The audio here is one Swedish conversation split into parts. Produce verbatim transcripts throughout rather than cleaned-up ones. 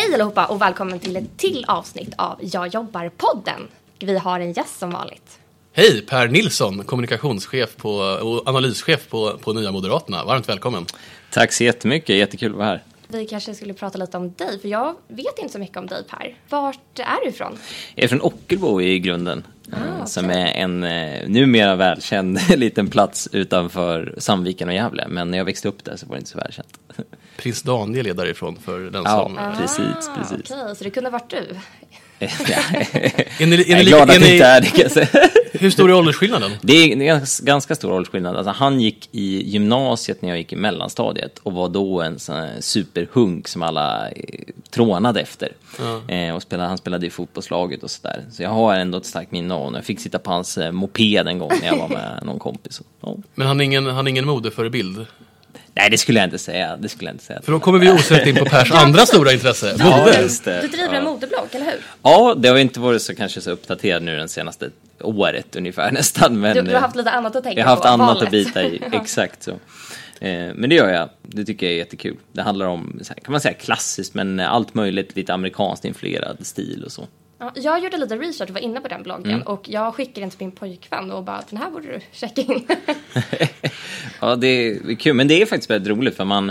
Hej allihopa och välkommen till ett till avsnitt av Jag jobbar-podden. Vi har en gäst som vanligt. Hej, Per Nilsson, kommunikationschef på, och analyschef på, på Nya Moderaterna. Varmt välkommen. Tack så jättemycket, jättekul att vara här. Vi kanske skulle prata lite om dig, för jag vet inte så mycket om dig, Per. Vart är du ifrån? Jag är från Ockelbo i grunden, ah, som okay. är en numera välkänd liten plats utanför Sandviken och Gävle. Men när jag växte upp där så var det inte så välkänt. Prins Daniel är därifrån för den ja, som... Ah, precis, precis. Okej, så det kunde varit du. är är ni, är jag är ni, glad är att ni, det inte är det, kan jag säga. Hur stor är åldersskillnaden? Det är en ganska, ganska stor åldersskillnad. Alltså, han gick i gymnasiet när jag gick i mellanstadiet och var då en sån här superhunk som alla eh, trånade efter. Ja. Eh, och spelade, han spelade i fotbollslaget och sådär. Så jag har ändå ett starkt minne av när jag fick sitta på hans eh, moped en gång när jag var med någon kompis. Ja. Men han är ingen, han är ingen modeförebild? Nej, det skulle jag inte säga. Det skulle jag inte säga. För då kommer vi osökt in på Pers andra stora intresse. Ja, just det. Du driver ja. en modeblogg, eller hur? Ja, det har inte varit så kanske så uppdaterad nu den senaste året ungefär nästan. Men, du, du har haft lite annat att tänka på. Jag har haft på, annat valet. att bita i, exakt så. Eh, men det gör jag. Det tycker jag är jättekul. Det handlar om, kan man säga klassiskt, men allt möjligt, lite amerikanskt influerad stil och så. Ja, jag gjorde lite research och var inne på den bloggen mm. och jag skickade den till min pojkvän och bara, den här borde du checka in. Ja, det är kul, men det är faktiskt väldigt roligt för man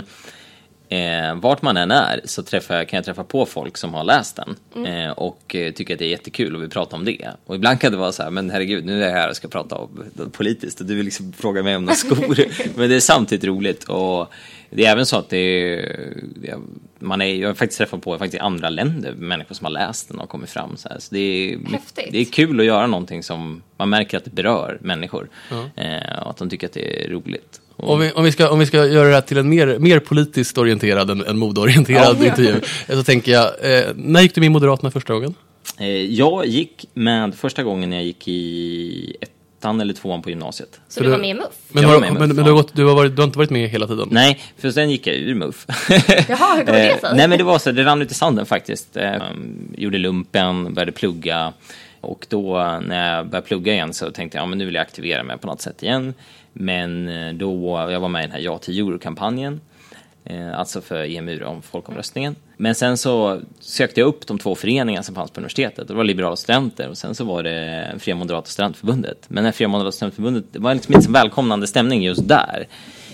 eh, vart man än är så träffar, kan jag träffa på folk som har läst den mm. eh, och eh, tycker att det är jättekul och vill prata om det. Och ibland kan det vara så här, men herregud, nu är jag här och ska prata om politiskt och du vill liksom fråga mig om några skor. Men det är samtidigt roligt och det är även så att det är, man är, jag har faktiskt träffat på faktiskt i andra länder människor som har läst den och kommit fram så här. Så det är, det är kul att göra någonting som man märker att det berör människor mm. eh, och att de tycker att det är roligt. Och om, vi, om, vi ska, om vi ska göra det här till en mer, mer politiskt orienterad än, än modeorienterad ja. intervju så tänker jag, eh, när gick du med i Moderaterna första gången? Eh, jag gick med första gången jag gick i ett eller tvåan på gymnasiet. Så du var med i M U F? Men, har, med men, men du, har gått, du, har varit, du har inte varit med hela tiden? Nej, för sen gick jag ur M U F. Jaha, hur går det sig? Nej, men det var så, det rann ut i sanden faktiskt. Um, gjorde lumpen, började plugga. Och då när jag började plugga igen så tänkte jag, ja men nu vill jag aktivera mig på något sätt igen. Men då, jag var med i den här Ja till Euro-kampanjen. Alltså för E M U om folkomröstningen. Men sen så sökte jag upp de två föreningar som fanns på universitetet. Det var Liberala studenter och sen så var det Fria Moderata studentförbundet. Men det Fria Moderata studentförbundet, det var liksom inte så välkomnande stämning just där.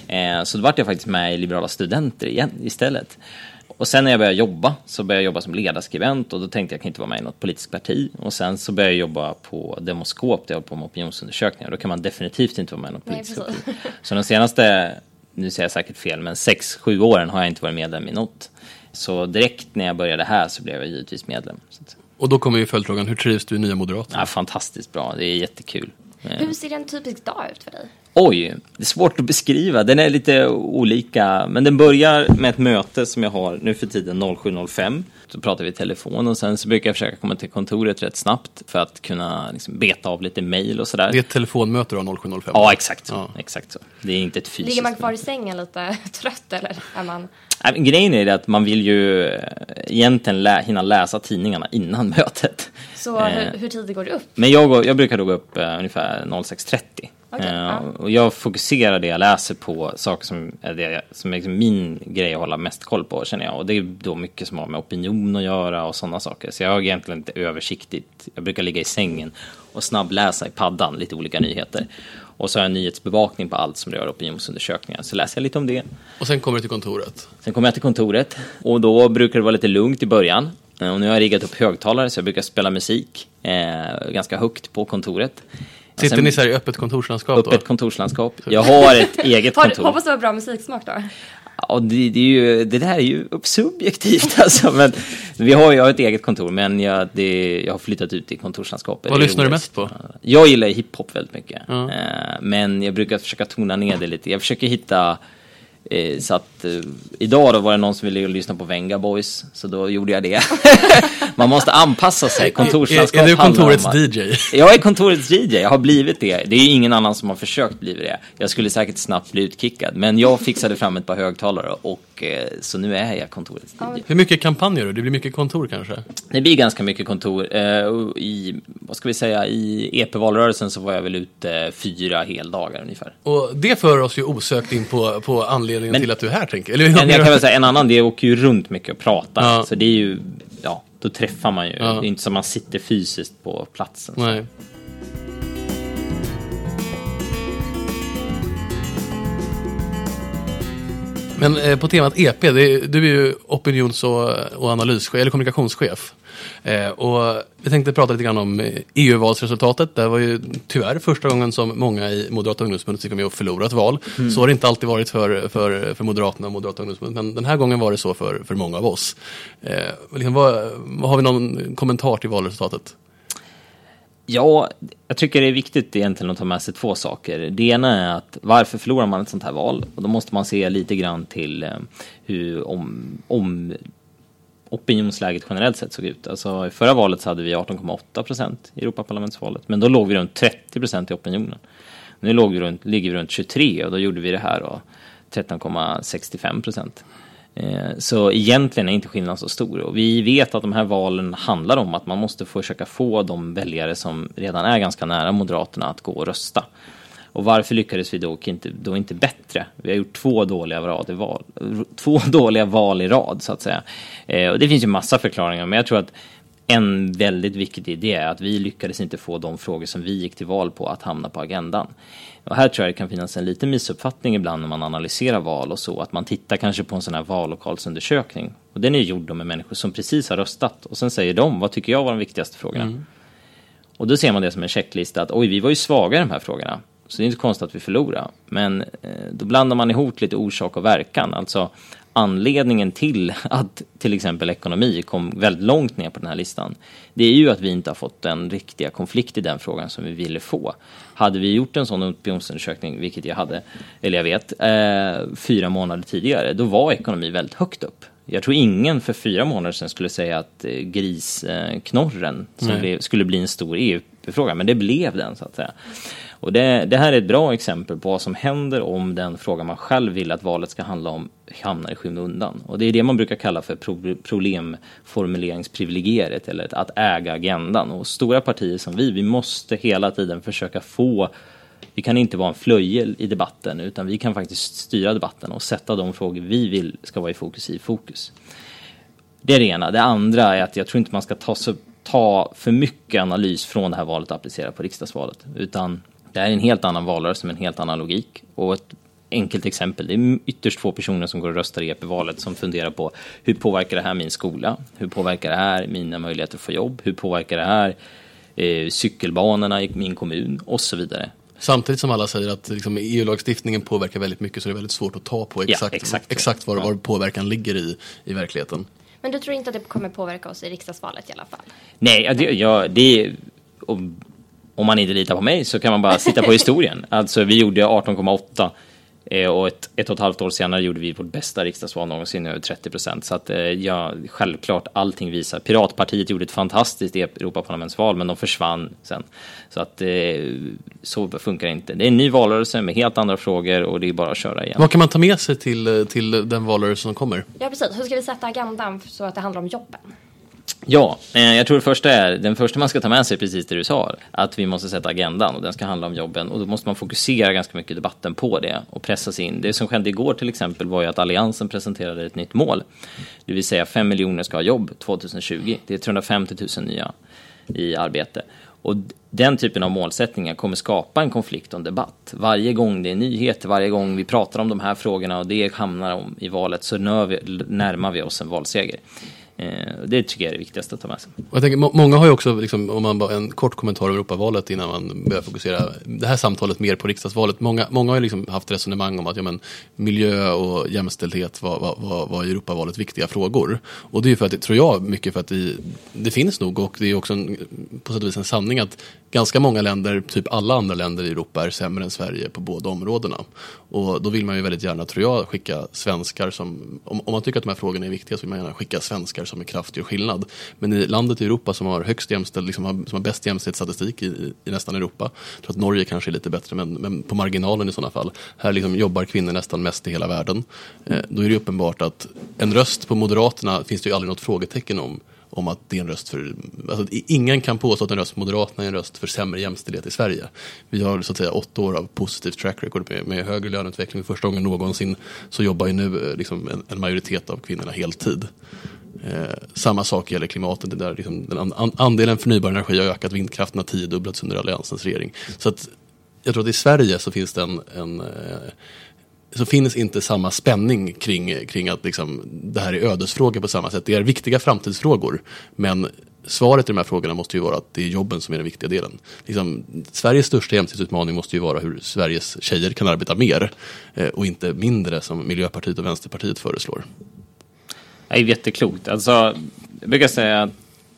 Så då var jag faktiskt med i Liberala studenter igen istället. Och sen när jag började jobba så började jag jobba som ledarskribent och då tänkte jag kan inte vara med i något politiskt parti. Och sen så började jag jobba på Demoskop där jag på med opinionsundersökningar. Då kan man definitivt inte vara med i något politiskt parti. Så de senaste, nu säger jag säkert fel, men sex, sju åren har jag inte varit medlem i något. Så direkt när jag började här så blev jag givetvis medlem. Och då kommer ju följdfrågan, hur trivs du i Nya Moderaterna? Ja, fantastiskt bra, det är jättekul. Hur ser en typisk dag ut för dig? Oj, det är svårt att beskriva. Den är lite olika. Men den börjar med ett möte som jag har nu för tiden noll sju noll fem. Så pratar vi i telefon och sen så brukar jag försöka komma till kontoret rätt snabbt för att kunna liksom beta av lite mejl och sådär. Det är ett telefonmöte då, noll sju noll fem? Ja, exakt så. Ja. exakt så. Det är inte ett fysiskt. Ligger man kvar i sängen lite trött eller är man... Nej, grejen är det att man vill ju egentligen lä- hinna läsa tidningarna innan mötet. Så eh. hur, hur tidigt går du upp? Men jag, går, jag brukar då gå upp uh, ungefär noll sex trettio. Okay, uh, ja. Och jag fokuserar det jag läser på saker som är, det, som är liksom min grej att hålla mest koll på, känner jag. Och det är då mycket som har med opinion att göra och sådana saker. Så jag har egentligen inte översiktligt. Jag brukar ligga i sängen och snabbläsa i paddan lite olika nyheter. Och så har jag en nyhetsbevakning på allt som rör opinionsundersökningar. Så läser jag lite om det. Och sen kommer du till kontoret? Sen kommer jag till kontoret. Och då brukar det vara lite lugnt i början. Och nu har jag riggat upp högtalare så jag brukar spela musik eh, ganska högt på kontoret. Sitter sen, ni så här i öppet kontorslandskap då? Öppet kontorslandskap. Jag har ett eget kontor. Hoppas du har bra musiksmak då? Ja, det, det, är ju, det där är ju subjektivt alltså. Men vi har ju ett eget kontor, men jag, det, jag har flyttat ut i kontorslandskapet. Vad lyssnar du mest på? Jag gillar hiphop väldigt mycket. Ja. Men jag brukar försöka tona ner det lite. Jag försöker hitta... Så att eh, idag då var det någon som ville lyssna på Venga Boys, så då gjorde jag det. Man måste anpassa sig. Kontorslandskap. Är, är du kontorets D J? Jag är kontorets D J, jag har blivit det. Det är ju ingen annan som har försökt bli det. Jag skulle säkert snabbt bli utkickad, men jag fixade fram ett par högtalare och eh, så nu är jag kontorets D J. Hur mycket kampanjer du? Det blir mycket kontor kanske? Det blir ganska mycket kontor. eh, I, vad ska vi säga, i E P-valrörelsen så var jag väl ute fyra heldagar ungefär. Och det för oss ju osökt in på, på anledningen anledningen Men, till att du är här, tänker eller, men jag kan väl säga, en annan, det åker ju runt mycket och pratar. Ja. Så det är ju, ja, då träffar man ju. Ja. Det är inte som man sitter fysiskt på platsen. Nej. Men eh, på temat E P, det, du är ju opinions- och, och analyschef, eller kommunikationschef. Eh, och vi tänkte prata lite grann om E U-valsresultatet. Det var ju tyvärr första gången som många i Moderata ungdomsförbundet fick med och förlora ett val. Mm. Så har det inte alltid varit för, för, för Moderaterna och Moderata ungdomsförbundet. Men den här gången var det så för, för många av oss. Eh, liksom, vad, vad har vi någon kommentar till valresultatet? Ja, jag tycker det är viktigt egentligen att ta med sig två saker. Det ena är att varför förlorar man ett sånt här val? Och då måste man se lite grann till hur om, om opinionsläget generellt sett såg ut. Alltså i förra valet så hade vi arton komma åtta procent i Europaparlamentsvalet. Men då låg vi runt trettio procent i opinionen. Nu låg vi runt, ligger vi runt tjugotre och då gjorde vi det här då, tretton komma sextiofem procent. Så egentligen är inte skillnaden så stor. Och vi vet att de här valen handlar om att man måste försöka få de väljare som redan är ganska nära Moderaterna att gå och rösta. Och varför lyckades vi då inte, då inte bättre? Vi har gjort två dåliga, rad i val, två dåliga val i rad så att säga. Och det finns ju massa förklaringar, men jag tror att en väldigt viktig idé är att vi lyckades inte få de frågor som vi gick till val på att hamna på agendan. Och här tror jag det kan finnas en liten missuppfattning ibland när man analyserar val och så. Att man tittar kanske på en sån här vallokalsundersökning. Och den är gjord med människor som precis har röstat. Och sen säger de, vad tycker jag var de viktigaste frågorna? Mm. Och då ser man det som en checklista att oj, vi var ju svaga i de här frågorna. Så det är inte konstigt att vi förlorar. Men eh, då blandar man ihop lite orsak och verkan. Alltså anledningen till att till exempel ekonomi kom väldigt långt ner på den här listan, det är ju att vi inte har fått en riktiga konflikt i den frågan som vi ville få. Hade vi gjort en sån opinionsundersökning, vilket jag hade, eller jag vet, eh, fyra månader tidigare, då var ekonomi väldigt högt upp. Jag tror ingen för fyra månader sedan skulle säga att eh, grisknorren som blev, skulle bli en stor E U-fråga, men det blev den så att säga. Och det, det här är ett bra exempel på vad som händer om den fråga man själv vill att valet ska handla om hamnar i skymundan. Och det är det man brukar kalla för pro- problemformuleringsprivilegieret eller att äga agendan. Och stora partier som vi, vi måste hela tiden försöka få, vi kan inte vara en flöjel i debatten utan vi kan faktiskt styra debatten och sätta de frågor vi vill ska vara i fokus i fokus. Det är det ena. Det andra är att jag tror inte man ska ta, så, ta för mycket analys från det här valet och applicera på riksdagsvalet, utan det är en helt annan valrörelse med en helt annan logik. Och ett enkelt exempel, det är ytterst få personer som går och röstar i E P-valet som funderar på hur påverkar det här min skola? Hur påverkar det här mina möjligheter att få jobb? Hur påverkar det här eh, cykelbanorna i min kommun? Och så vidare. Samtidigt som alla säger att liksom, E U-lagstiftningen påverkar väldigt mycket, så det är väldigt svårt att ta på exakt, ja, exakt. exakt var, var påverkan ligger i, i verkligheten. Men du tror inte att det kommer påverka oss i riksdagsvalet i alla fall? Nej, det, ja, det är... Och, om man inte litar på mig så kan man bara sitta på historien. Alltså vi gjorde arton komma åtta och ett, ett och ett halvt år senare gjorde vi vårt bästa riksdagsval någonsin, över trettio procent. Så att ja, självklart allting visar. Piratpartiet gjorde ett fantastiskt Europaparlamentsval, men de försvann sen. Så att så funkar det inte. Det är en ny valrörelse med helt andra frågor och det är bara att köra igen. Vad kan man ta med sig till, till den valrörelse som kommer? Ja, precis. Hur ska vi sätta agendan så att det handlar om jobben? Ja, eh, jag tror det första är, den första man ska ta med sig precis det du sa, att vi måste sätta agendan och den ska handla om jobben och då måste man fokusera ganska mycket i debatten på det och pressa sig in. Det som skedde igår till exempel var ju att Alliansen presenterade ett nytt mål, det vill säga fem miljoner ska ha jobb tjugohundratjugo. Det är trehundrafemtio tusen nya i arbete. Och den typen av målsättningar kommer skapa en konflikt och en debatt. Varje gång det är nyheter, varje gång vi pratar om de här frågorna och det hamnar om i valet så närmar vi oss en valseger. Det tycker jag är det viktigaste att ta med sig. Och jag tänker, må- många har ju också, liksom, om man bara en kort kommentar om Europavalet innan man börjar fokusera det här samtalet mer på riksdagsvalet. Många, många har ju liksom haft resonemang om att ja, men, miljö och jämställdhet var, var, var, var i Europavalet viktiga frågor. Och det är ju för att, tror jag, mycket för att det, det finns nog, och det är också en, på sätt och vis en sanning att ganska många länder, typ alla andra länder i Europa, är sämre än Sverige på båda områdena. Och då vill man ju väldigt gärna, tror jag, skicka svenskar som, om, om man tycker att de här frågorna är viktiga så vill man gärna skicka svenskar som är kraftig och skillnad. Men i landet i Europa som har högst jämställd, liksom har, som har bäst jämställdhetsstatistik i, i, i nästan Europa, jag tror att Norge kanske är lite bättre, men, men på marginalen i sådana fall. Här liksom jobbar kvinnor nästan mest i hela världen. Eh, då är det uppenbart att en röst på Moderaterna finns det ju aldrig något frågetecken om. om att det är en röst för... Alltså, ingen kan påstå att en röst på Moderaterna är en röst för sämre jämställdhet i Sverige. Vi har så att säga åtta år av positivt track record med, med högre löneutveckling. För första gången någonsin så jobbar ju nu liksom en, en majoritet av kvinnorna heltid. Eh, samma sak gäller klimatet. Det där, liksom, den an, andelen förnybar energi har ökat, vindkraften har tiodubblats under alliansens regering. Så att jag tror att i Sverige så finns det en... en eh, så finns inte samma spänning kring, kring att liksom, det här är ödesfrågor på samma sätt. Det är viktiga framtidsfrågor, men svaret i de här frågorna måste ju vara att det är jobben som är den viktiga delen. Liksom, Sveriges största jämställdhetsutmaning måste ju vara hur Sveriges tjejer kan arbeta mer eh, och inte mindre som Miljöpartiet och Vänsterpartiet föreslår. Det är jätteklokt. Alltså, jag brukar säga att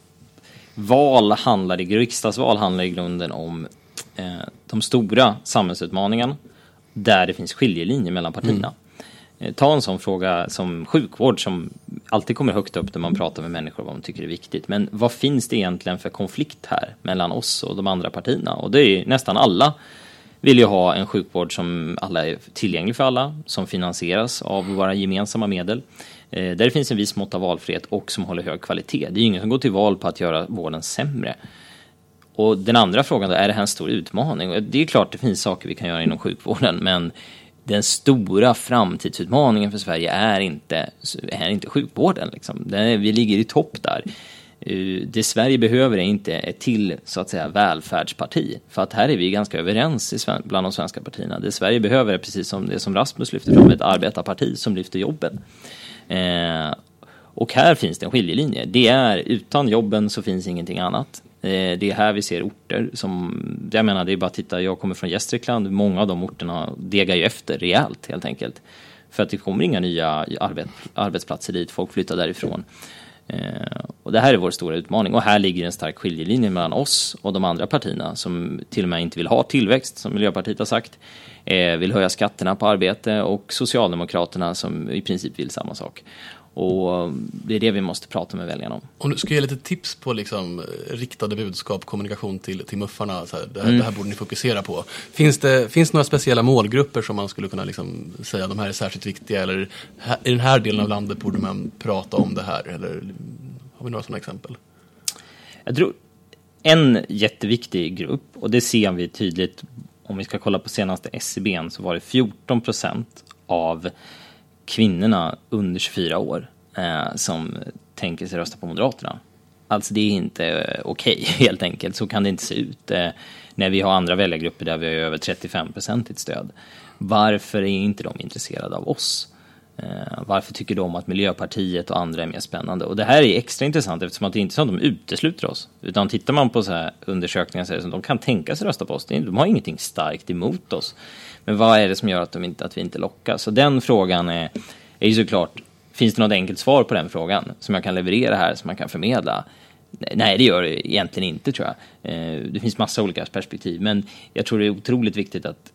val handlar, riksdagsval handlar i grunden om eh, de stora samhällsutmaningarna där det finns skiljelinjer mellan partierna. Mm. Ta en sån fråga som sjukvård som alltid kommer högt upp när man pratar med människor vad de tycker är viktigt. Men vad finns det egentligen för konflikt här mellan oss och de andra partierna? Och det är nästan alla vill ju ha en sjukvård som alla är tillgänglig för alla, som finansieras av våra gemensamma medel. Eh, där det finns en viss mått av valfrihet och som håller hög kvalitet. Det är ju ingen som går till val på att göra vården sämre. Och den andra frågan då, är det här en stor utmaning? Det är klart det finns saker vi kan göra inom sjukvården, men den stora framtidsutmaningen för Sverige är inte, är inte sjukvården. Liksom. Det, vi ligger i topp där. Det Sverige behöver är inte ett till så att säga välfärdsparti. För att här är vi ganska överens i Sven- bland de svenska partierna. Det Sverige behöver är precis som det som Rasmus lyfter fram, ett arbetarparti som lyfter jobben. Eh, och här finns det en skiljelinje. Det är utan jobben så finns ingenting annat. Det är här vi ser orter som, jag menar det är bara att titta, jag kommer från Gästrikland, många av de orterna degar ju efter rejält helt enkelt. För att det kommer inga nya arbet, arbetsplatser dit, folk flyttar därifrån. Eh, och det här är vår stora utmaning och här ligger en stark skiljelinje mellan oss och de andra partierna som till och med inte vill ha tillväxt, som Miljöpartiet har sagt, eh, vill höja skatterna på arbete, och Socialdemokraterna som i princip vill samma sak. Och det är det vi måste prata med väljarna om. Om du ska ge lite tips på liksom, riktade budskap, kommunikation till, till muffarna, så här, det, här, mm. det här borde ni fokusera på. Finns det, finns det några speciella målgrupper som man skulle kunna liksom, säga de här är särskilt viktiga, eller här, i den här delen av landet borde man prata om det här, eller har vi några sådana exempel? Jag tror en jätteviktig grupp, och det ser vi tydligt om vi ska kolla på senaste S C B, så var det fjorton procent av kvinnorna under tjugofyra år eh, som tänker sig rösta på Moderaterna. Alltså det är inte eh, okej okay, helt enkelt. Så kan det inte se ut eh, när vi har andra väljargrupper där vi har över trettiofem procent i stöd. Varför är inte de intresserade av oss? Eh, varför tycker de att Miljöpartiet och andra är mer spännande? Och det här är extra intressant eftersom att det inte är så att de utesluter oss. Utan tittar man på så här undersökningar så är det som de kan tänka sig rösta på oss. De har ingenting starkt emot oss. Men vad är det som gör att, de inte, att vi inte lockar? Så den frågan är, är ju såklart, finns det något enkelt svar på den frågan som jag kan leverera här, som man kan förmedla? Nej, det gör det egentligen inte, tror jag. Det finns massa olika perspektiv, men jag tror det är otroligt viktigt att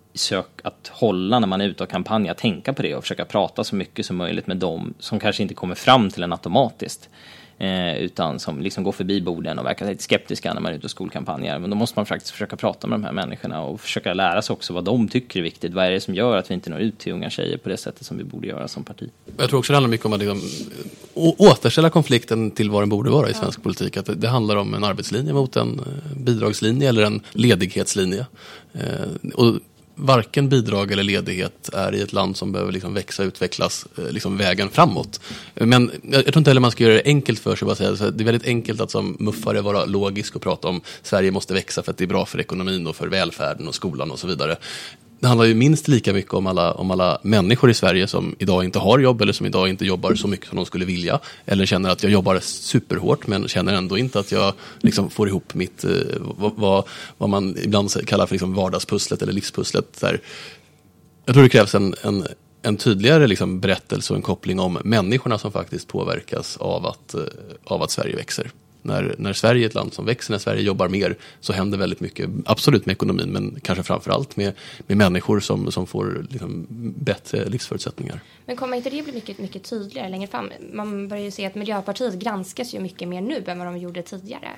sök att hålla när man är ute och kampanjar, tänka på det och försöka prata så mycket som möjligt med dem som kanske inte kommer fram till en automatiskt. Eh, utan som liksom går förbi borden och verkar lite skeptiska när man är ute och skolkampanjer. Men då måste man faktiskt försöka prata med de här människorna och försöka lära sig också vad de tycker är viktigt. Vad är det som gör att vi inte når ut till unga tjejer på det sättet som vi borde göra som parti? Jag tror också det handlar mycket om att liksom, å- återställa konflikten till vad den borde vara i svensk ja. politik. Att det, det handlar om en arbetslinje mot en bidragslinje eller en ledighetslinje. Eh, och varken bidrag eller ledighet är i ett land som behöver liksom växa och utvecklas liksom vägen framåt. Men jag tror inte heller man ska göra det enkelt för sig. Bara säga. Så det är väldigt enkelt att som muffare vara logisk och prata om Sverige måste växa för att det är bra för ekonomin och för välfärden och skolan och så vidare. Det handlar ju minst lika mycket om alla, om alla människor i Sverige som idag inte har jobb eller som idag inte jobbar så mycket som de skulle vilja. Eller känner att jag jobbar superhårt men känner ändå inte att jag liksom får ihop mitt, eh, vad, vad, vad man ibland kallar för liksom vardagspusslet eller livspusslet. Där. Jag tror det krävs en, en, en tydligare liksom berättelse och en koppling om människorna som faktiskt påverkas av att, eh, av att Sverige växer. När, när Sverige är ett land som växer, när Sverige jobbar mer, så händer väldigt mycket, absolut med ekonomin, men kanske framförallt med, med människor som, som får liksom bättre livsförutsättningar. Men kommer inte det bli mycket, mycket tydligare längre fram? Man börjar ju se att Miljöpartiet granskas ju mycket mer nu än vad de gjorde tidigare.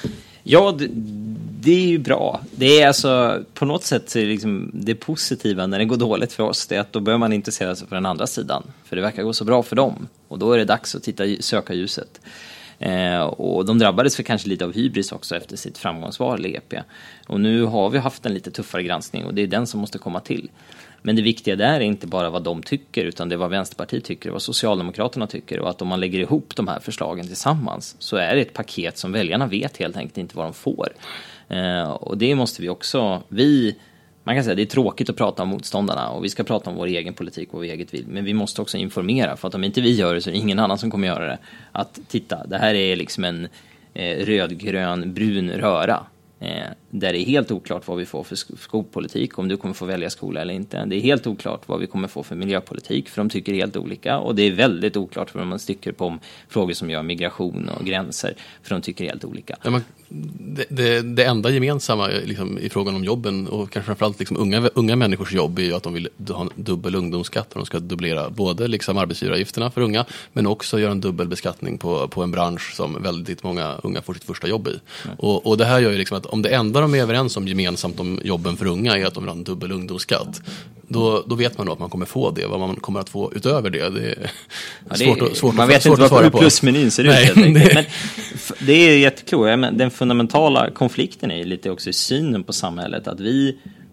Ja, det, det är ju bra. Det är alltså på något sätt så är det, liksom, det positiva när det går dåligt för oss, det är att då bör man intressera sig för den andra sidan. För det verkar gå så bra för dem. Och då är det dags att titta, söka ljuset. Eh, och de drabbades för kanske lite av hybris också efter sitt framgångsval i E P. Och nu har vi haft en lite tuffare granskning och det är den som måste komma till. Men det viktiga där är inte bara vad de tycker utan det är vad Vänsterpartiet tycker och vad Socialdemokraterna tycker. Och att om man lägger ihop de här förslagen tillsammans så är det ett paket som väljarna vet helt enkelt inte vad de får. Eh, och det måste vi också... Vi, man kan säga att det är tråkigt att prata om motståndarna och vi ska prata om vår egen politik och vad vi eget vill. Men vi måste också informera för att om inte vi gör det så är det ingen annan som kommer göra det. Att titta, det här är liksom en eh, rödgrön brun röra. Eh, där det är helt oklart vad vi får för skolpolitik, om du kommer få välja skola eller inte. Det är helt oklart vad vi kommer få för miljöpolitik, för de tycker helt olika. Och det är väldigt oklart för om man stycker på om frågor som gör migration och gränser, för de tycker helt olika. Ja, man, det, det, det enda gemensamma liksom, i frågan om jobben och kanske framförallt liksom, unga, unga människors jobb är ju att de vill ha en dubbel ungdomsskatt. De ska dubblera både liksom, arbetsgivaravgifterna för unga men också göra en dubbel beskattning på, på en bransch som väldigt många unga får sitt första jobb i. Mm. Och, och det här gör ju liksom att om det enda de är överens om gemensamt om jobben för unga är att de vill ha en dubbel ungdomsskatt, då, då vet man då att man kommer få det. Vad man kommer att få utöver det, det är ja, det svårt, att, svårt man att, vet svårt inte vad plusmenyn ser ut. Nej, det... Men det är jätteklokt. Den fundamentala konflikten är lite också i synen på samhället. Att vi,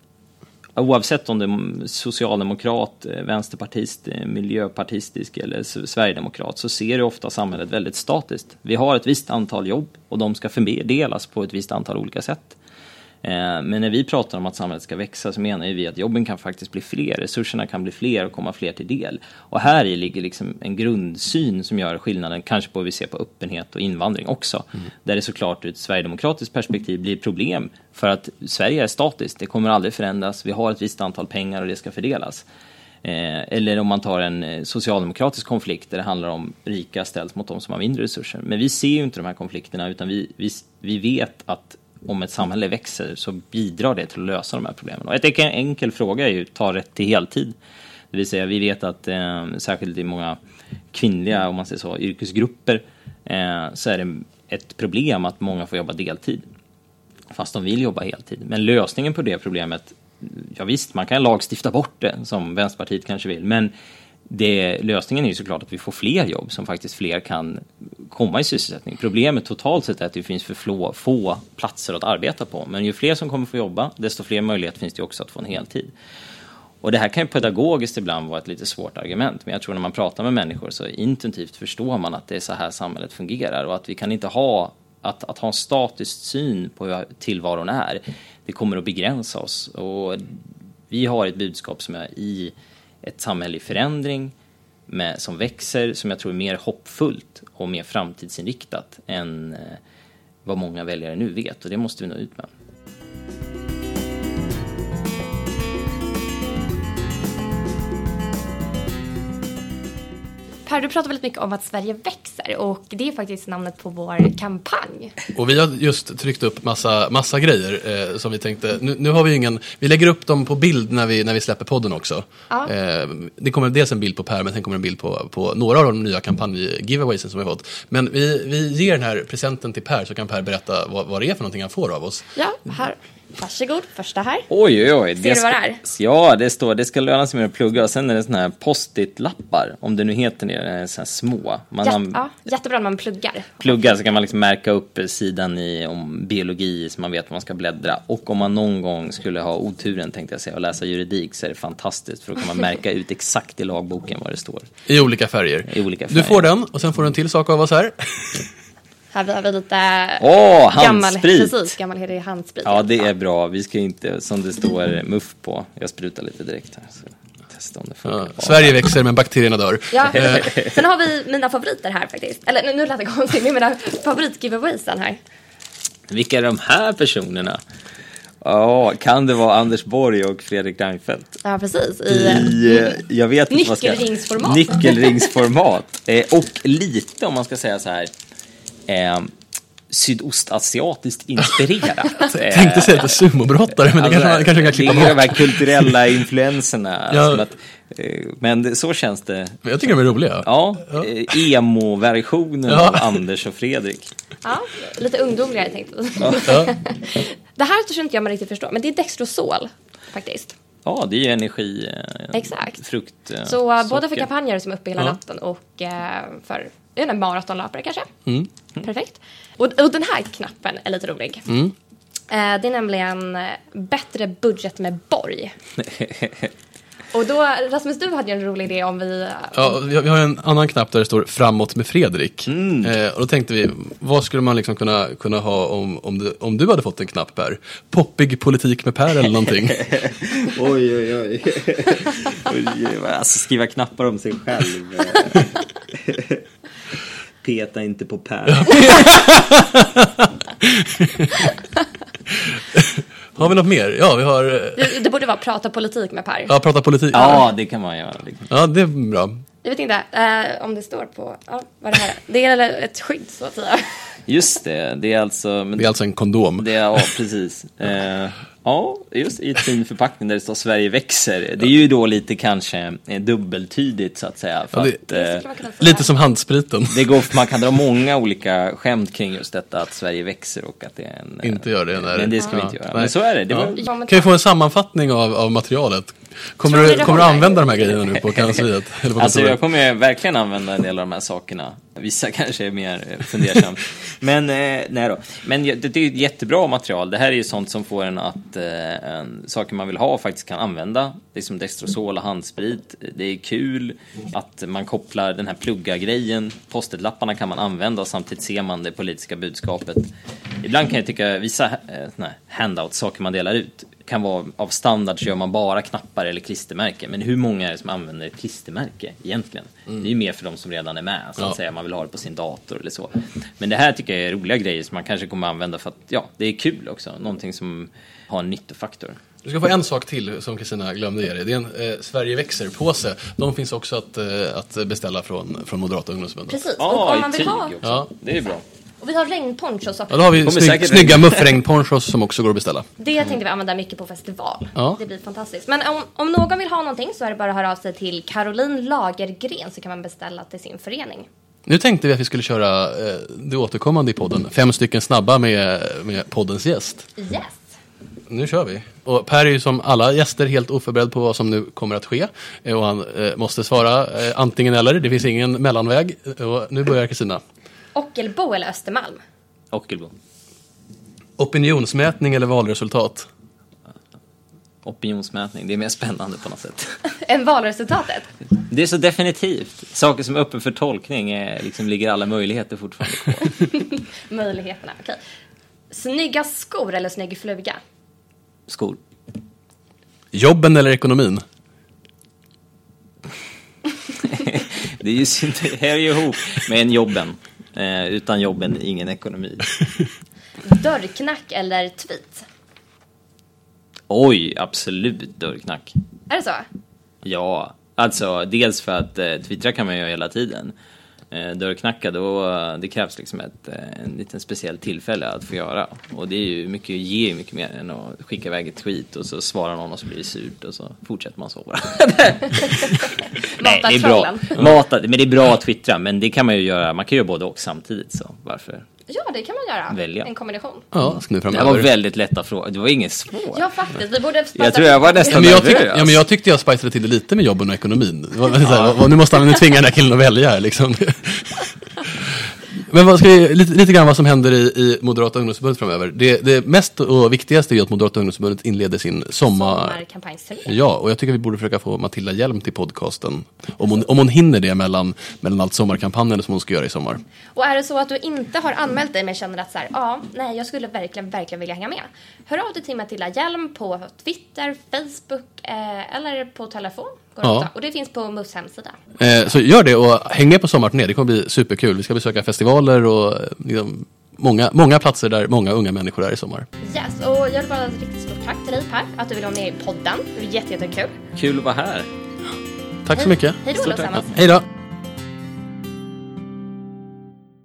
oavsett om det är socialdemokrat, vänsterpartist, miljöpartistisk eller sverigedemokrat, så ser det ofta samhället väldigt statiskt. Vi har ett visst antal jobb och de ska fördelas på ett visst antal olika sätt. Men när vi pratar om att samhället ska växa så menar vi att jobben kan faktiskt bli fler, resurserna kan bli fler och komma fler till del. Och här i ligger liksom en grundsyn som gör skillnaden, kanske på vad vi ser på öppenhet och invandring också. Mm. Där det såklart ur ett sverigedemokratiskt perspektiv blir problem för att Sverige är statiskt, det kommer aldrig förändras, vi har ett visst antal pengar och det ska fördelas. Eller om man tar en socialdemokratisk konflikt där det handlar om rika ställs mot de som har mindre resurser. Men vi ser ju inte de här konflikterna utan vi, vi, vi vet att om ett samhälle växer så bidrar det till att lösa de här problemen. Och ett enkel fråga är ju ta rätt till heltid. Det vill säga vi vet att eh, särskilt i många kvinnliga om man säger så, yrkesgrupper eh, så är det ett problem att många får jobba deltid. Fast de vill jobba heltid. Men lösningen på det problemet, ja visst man kan lagstifta bort det som Vänsterpartiet kanske vill. Men det, lösningen är ju såklart att vi får fler jobb som faktiskt fler kan komma i sysselsättning. Problemet totalt sett är att det finns för få, få platser att arbeta på. Men ju fler som kommer få jobba, desto fler möjligheter finns det också att få en heltid. Och det här kan ju pedagogiskt ibland vara ett lite svårt argument. Men jag tror när man pratar med människor så intuitivt förstår man att det är så här samhället fungerar. Och att vi kan inte ha, att, att ha en statisk syn på hur tillvaron är. Det kommer att begränsa oss. Och vi har ett budskap som är i ett samhälle i förändring med, som växer, som jag tror är mer hoppfullt och mer framtidsinriktat än eh, vad många väljare nu vet. Och det måste vi nå ut med. Per, du pratar väldigt mycket om att Sverige växer och det är faktiskt namnet på vår kampanj. Och vi har just tryckt upp massa, massa grejer eh, som vi tänkte, nu, nu har vi ingen, vi lägger upp dem på bild när vi, när vi släpper podden också. Ja. Eh, det kommer dels en bild på Per men sen kommer en bild på, på några av de nya kampanj-giveawaysen som vi har fått. Men vi, vi ger den här presenten till Per så kan Per berätta vad, vad det är för någonting han får av oss. Ja, här. Varsågod, första här. Oj, oj, oj. Ser det du ska, vad det är? Ja, det står, det ska löna sig med att plugga. Och sen är det såna här post-it-lappar, om det nu heter det, så här små. Man Jät- har, ja, jättebra när man pluggar. Pluggar så kan man liksom märka upp sidan i, om biologi så man vet vad man ska bläddra. Och om man någon gång skulle ha oturen, tänkte jag säga, och läsa juridik så är det fantastiskt. För då kan man märka ut exakt i lagboken vad det står. I olika färger. I olika färger. Du får den och sen får du en till sak av oss här. Här har vi lite Åh, gammal, handsprit. precis, gammal hederlig handsprit. Ja, det är bra. Vi ska inte, som det står muff på. Jag sprutar lite direkt här. Så testa om det funkar. Ja, Sverige växer men bakterierna dör. Ja, sen har vi mina favoriter här faktiskt. Eller nu, nu lät det konstigt, men mina favoritgiveawaysen här. Vilka är de här personerna? Ja, kan det vara Anders Borg och Fredrik Reinfeldt? Ja, precis. I, I jag vet inte vad ska... Nyckelringsformat. Nyckelringsformat. eh, och lite, om man ska säga så här... Eh, sydostasiatiskt inspirerat. Jag tänkte säga att det är sumobrottare, men det alltså, kanske man kanske kan klippa bort. Det är de här kulturella influenserna. Ja. Att, men det, så känns det. Men jag tycker de är roliga. Ja, ja. Emo-versionen ja. Av Anders och Fredrik. Ja, lite ungdomligare tänkt. Ja. Ja. Det här tror inte jag man riktigt förstår, men det är Dextrosol faktiskt. Ja, det är energi. Exakt. Frukt. Så socker. Både för kampanjer som är uppe hela ja. natten och eh, för jag vet inte, maratonlöpare kanske. Mm. Perfekt. Och, och den här knappen är lite rolig. Mm. Eh, det är nämligen eh, bättre budget med borg. Och då, Rasmus, du hade ju en rolig idé om vi... Ja, vi har, vi har en annan knapp där det står framåt med Fredrik. Mm. Eh, och då tänkte vi, vad skulle man liksom kunna, kunna ha om, om, du, om du hade fått en knapp, Per? Poppig politik med Per eller någonting? Oj, oj, oj. Alltså skriva knappar om sig själv. Peta inte på Per. Har vi något mer? Ja, vi har... Det, det borde vara prata politik med Per. Ja, prata politik. Ja, det kan man göra. Ja, det är bra. Jag vet inte eh, om det står på... Ja, vad är det här? Det är ett skydd, så att säga. Just det, det är alltså... Men Det är alltså en kondom. det är, ja, precis. Eh, ja, just i ett fin förpackning där det står Sverige växer. Det är ju då lite kanske eh, dubbeltydigt, så att säga. För Ja, det- att, eh, Det skulle man kunna säga. Lite som handspriten. det går, man kan dra många olika skämt kring just detta att Sverige växer och att det är en... eh, Inte gör det. Nej. Men det ska vi Ja. inte göra. Nej. Men så är det. Det var, Ja, men Kan vi få en sammanfattning av, av materialet? Kommer Tror ni du, det kommer du håller? använda de här grejerna nu på kansliet? Eller på Alltså kontoret? jag kommer verkligen använda en del av de här sakerna. Vissa kanske är mer eh, fundersamt. Men eh, nej då. Men det, det är ett jättebra material. Det här är ju sånt som får en att eh, en, saker man vill ha och faktiskt kan använda. Det är som Destrosol och handsprit. Det är kul att man kopplar den här plugga-grejen. Post-it-lapparna kan man använda och samtidigt ser man det politiska budskapet. Ibland kan jag tycka vissa eh, nej, handouts, saker man delar ut, kan vara av standard, så gör man bara knappar eller klistermärke. Men hur många är det som använder ett klistermärke egentligen? Mm. Det är ju mer för de som redan är med, så att Ja. säga. Man vill ha det på sin dator eller så. Men det här tycker jag är roliga grejer som man kanske kommer använda för att, ja, det är kul också. Någonting som har en nyttofaktor. Du ska få en sak till som Kristina glömde ge dig. Det är en eh, Sverige växer-påse. De finns också att, eh, att beställa från, från Moderata ungdomsförbundet. Precis. Ja, och om i man vill tyg ha... också. Ja. Det är bra. Och vi har regnponchos också. Ja, då har vi Kommer snygg, säkert snygga muffregnponchos som också går att beställa. Det tänkte vi använda mycket på festival. Ja. Det blir fantastiskt. Men om, om någon vill ha någonting så är det bara att höra av sig till Caroline Lagergren, så kan man beställa till sin förening. Nu tänkte vi att vi skulle köra eh, det återkommande i podden. Fem stycken snabba med, med poddens gäst. Yes! Nu kör vi. Och Per är ju som alla gäster helt oförberedd på vad som nu kommer att ske. Eh, Och han eh, måste svara eh, antingen eller. Det finns ingen mellanväg. Och nu börjar Kristina. Ockelbo eller Östermalm? Ockelbo. Opinionsmätning eller valresultat? Opinionsmätning, det är mer spännande på något sätt. Än valresultatet? Det är så definitivt. Saker som är öppen för tolkning är, liksom, ligger alla möjligheter fortfarande kvar. Möjligheterna, okej. Snygga skor eller snygg fluga? Skor. Jobben eller ekonomin? Det är ju synd, det här är ju ihop med en jobben. Eh, utan jobben, ingen ekonomi. Dörrknack eller tweet? Oj, absolut dörrknack. Är det så? Ja, alltså dels för att eh, twittra kan man göra hela tiden. Eh, dörrknacka, då, det krävs liksom ett, eh, en liten speciell tillfälle att få göra. Och det är ju mycket, ger ju mycket mer än att skicka iväg ett tweet och så svarar någon och så blir det surt och så fortsätter man så bara. Nej, det är bra. Mata, men det är bra att twittra, men det kan man ju göra, man kan ju göra både och samtidigt, så varför? Ja, det kan man göra. Välja. En kombination. Ja, ska nu Det framöver. var väldigt lätta frågor, det var ingen svår. Ja, faktiskt. Vi borde Jag tror jag var nästan Ja, men jag, tyckte, nervös. ja, men jag tyckte jag spicade till det lite med jobben och ekonomin. Det var, så här, vad- nu måste han nu tvinga den här killen att välja här liksom. Men vad ska vi, lite, lite grann vad som händer i, i Moderata ungdomsförbundet framöver. Det, det mest och viktigaste är ju att Moderata ungdomsförbundet inleder sin sommar... Sommarkampanjsturné. Ja, och jag tycker vi borde försöka få Matilda Hjelm till podcasten. Om hon, om hon hinner det mellan, mellan allt sommarkampanjen som hon ska göra i sommar. Och är det så att du inte har anmält dig men känner att så här, ja, nej, jag skulle verkligen, verkligen vilja hänga med. Hör av dig till Matilda Hjelm på Twitter, Facebook eh, eller på telefon. Går Ja. att ta. Och det finns på M U Fs hemsida. Eh, så gör det och häng med på sommarturné, det kommer bli superkul. Vi ska besöka festivaler och eh, liksom, många, många platser där många unga människor är i sommar. Yes, och jag vill bara ett riktigt stort tack till dig, Per, att du vill vara med i podden. Det är jätte, jättekul. Kul att vara här. Tack så mycket. Hej då Stort tack. allesammans. Hej då.